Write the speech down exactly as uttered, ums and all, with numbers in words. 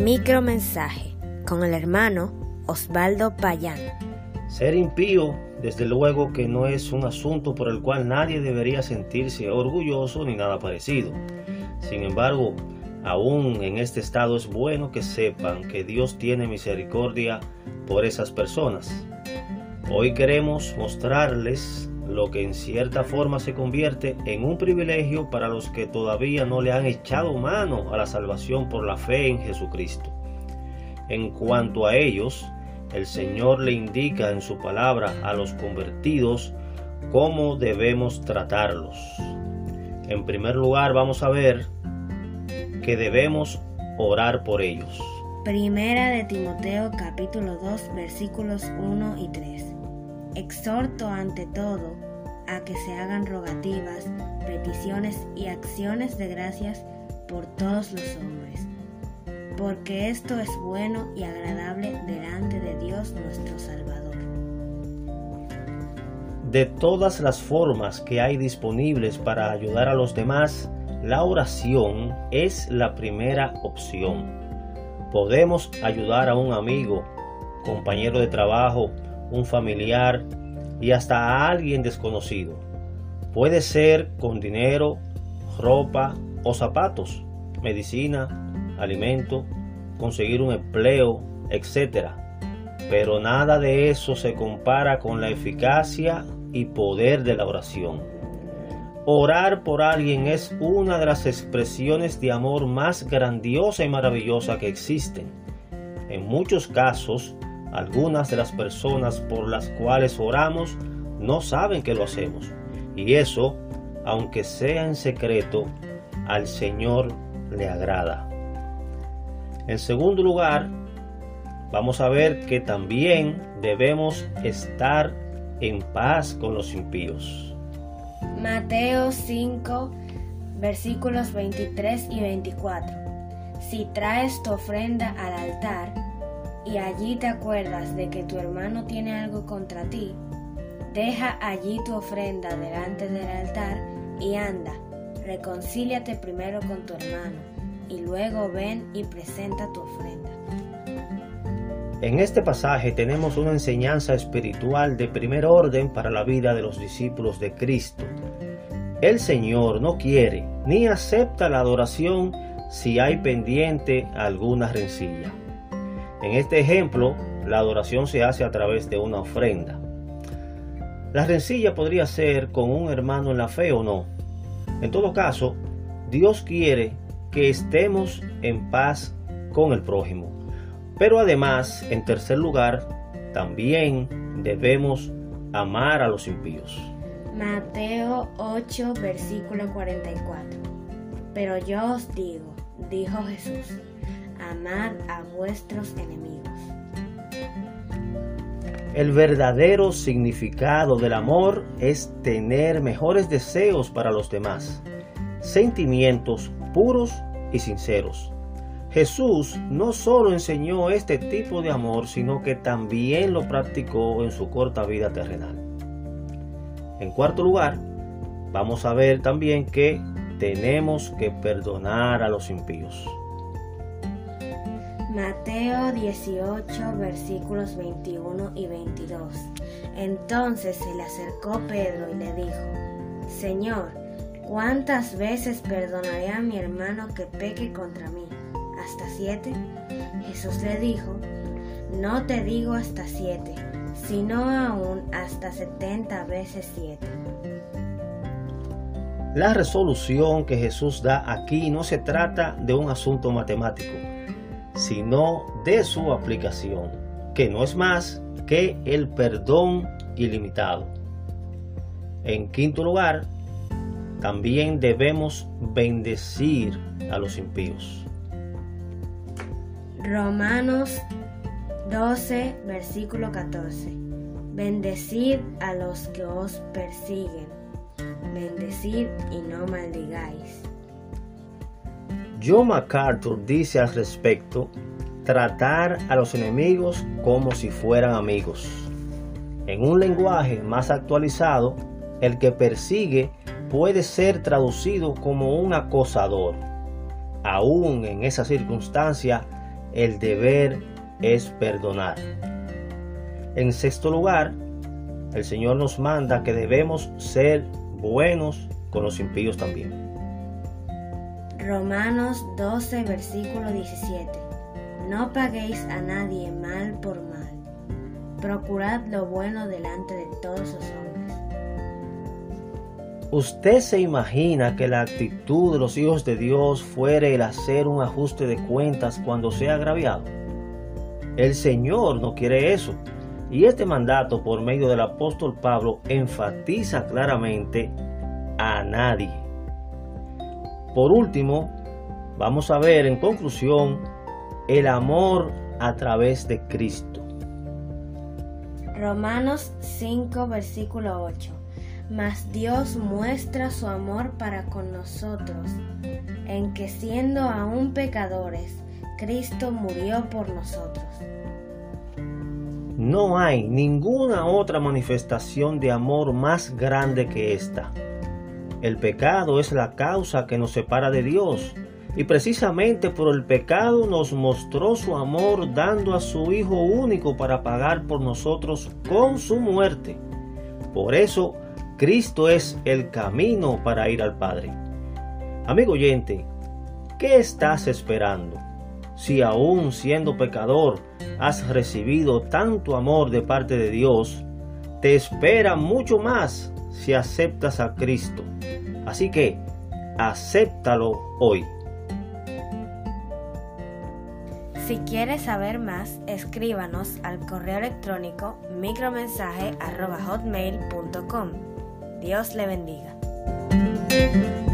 Micromensaje con el hermano Osvaldo Payán. Ser impío, desde luego que no es un asunto por el cual nadie debería sentirse orgulloso ni nada parecido. Sin embargo, aún en este estado es bueno que sepan que Dios tiene misericordia por esas personas. Hoy queremos mostrarles lo que en cierta forma se convierte en un privilegio para los que todavía no le han echado mano a la salvación por la fe en Jesucristo. En cuanto a ellos, el Señor le indica en su palabra a los convertidos cómo debemos tratarlos. En primer lugar, vamos a ver que debemos orar por ellos. Primera de Timoteo capítulo dos versículos uno y tres. Exhorto ante todo a que se hagan rogativas, peticiones y acciones de gracias por todos los hombres, porque esto es bueno y agradable delante de Dios nuestro Salvador. De todas las formas que hay disponibles para ayudar a los demás, la oración es la primera opción. Podemos ayudar a un amigo, compañero de trabajo, un familiar y hasta a alguien desconocido. Puede ser con dinero, ropa o zapatos, medicina, alimento, conseguir un empleo, etcétera. Pero nada de eso se compara con la eficacia y poder de la oración. Orar por alguien es una de las expresiones de amor más grandiosa y maravillosa que existen. En muchos casos, algunas de las personas por las cuales oramos no saben que lo hacemos, y eso, aunque sea en secreto, al Señor le agrada. En segundo lugar, vamos a ver que también debemos estar en paz con los impíos. Mateo cinco, versículos veintitrés y veinticuatro. Si traes tu ofrenda al altar y allí te acuerdas de que tu hermano tiene algo contra ti, deja allí tu ofrenda delante del altar y anda, reconcíliate primero con tu hermano y luego ven y presenta tu ofrenda. En este pasaje tenemos una enseñanza espiritual de primer orden para la vida de los discípulos de Cristo. El Señor no quiere ni acepta la adoración si hay pendiente alguna rencilla. En este ejemplo, la adoración se hace a través de una ofrenda. La rencilla podría ser con un hermano en la fe o no. En todo caso, Dios quiere que estemos en paz con el prójimo. Pero además, en tercer lugar, también debemos amar a los impíos. Mateo ocho, versículo cuarenta y cuatro. Pero yo os digo, dijo Jesús, amad a vuestros enemigos. El verdadero significado del amor es tener mejores deseos para los demás, sentimientos puros y sinceros. Jesús no solo enseñó este tipo de amor, sino que también lo practicó en su corta vida terrenal. En cuarto lugar, vamos a ver también que tenemos que perdonar a los impíos. Mateo dieciocho, versículos veintiuno y veintidós. Entonces se le acercó Pedro y le dijo, Señor, ¿cuántas veces perdonaré a mi hermano que peque contra mí? ¿Hasta siete? Jesús le dijo, no te digo hasta siete, sino aún hasta setenta veces siete. La resolución que Jesús da aquí no se trata de un asunto matemático, sino de su aplicación, que no es más que el perdón ilimitado. En quinto lugar, también debemos bendecir a los impíos. Romanos doce, versículo catorce. Bendecid a los que os persiguen, bendecid y no maldigáis. John MacArthur dice al respecto, tratar a los enemigos como si fueran amigos. En un lenguaje más actualizado, el que persigue puede ser traducido como un acosador. Aún en esa circunstancia, el deber es perdonar. En sexto lugar, el Señor nos manda que debemos ser buenos con los impíos también. Romanos doce, versículo diecisiete. No paguéis a nadie mal por mal. Procurad lo bueno delante de todos los hombres. ¿Usted se imagina que la actitud de los hijos de Dios fuere el hacer un ajuste de cuentas cuando sea agraviado? El Señor no quiere eso. Y este mandato por medio del apóstol Pablo enfatiza claramente a nadie. Por último, vamos a ver en conclusión el amor a través de Cristo. Romanos cinco, versículo ocho. Mas Dios muestra su amor para con nosotros, en que siendo aún pecadores, Cristo murió por nosotros. No hay ninguna otra manifestación de amor más grande que esta. El pecado es la causa que nos separa de Dios, y precisamente por el pecado nos mostró su amor dando a su Hijo único para pagar por nosotros con su muerte. Por eso, Cristo es el camino para ir al Padre. Amigo oyente, ¿qué estás esperando? Si aún siendo pecador has recibido tanto amor de parte de Dios, te espera mucho más si aceptas a Cristo. Así que, acéptalo hoy. Si quieres saber más, escríbanos al correo electrónico micromensaje arroba hotmail punto com. Dios le bendiga.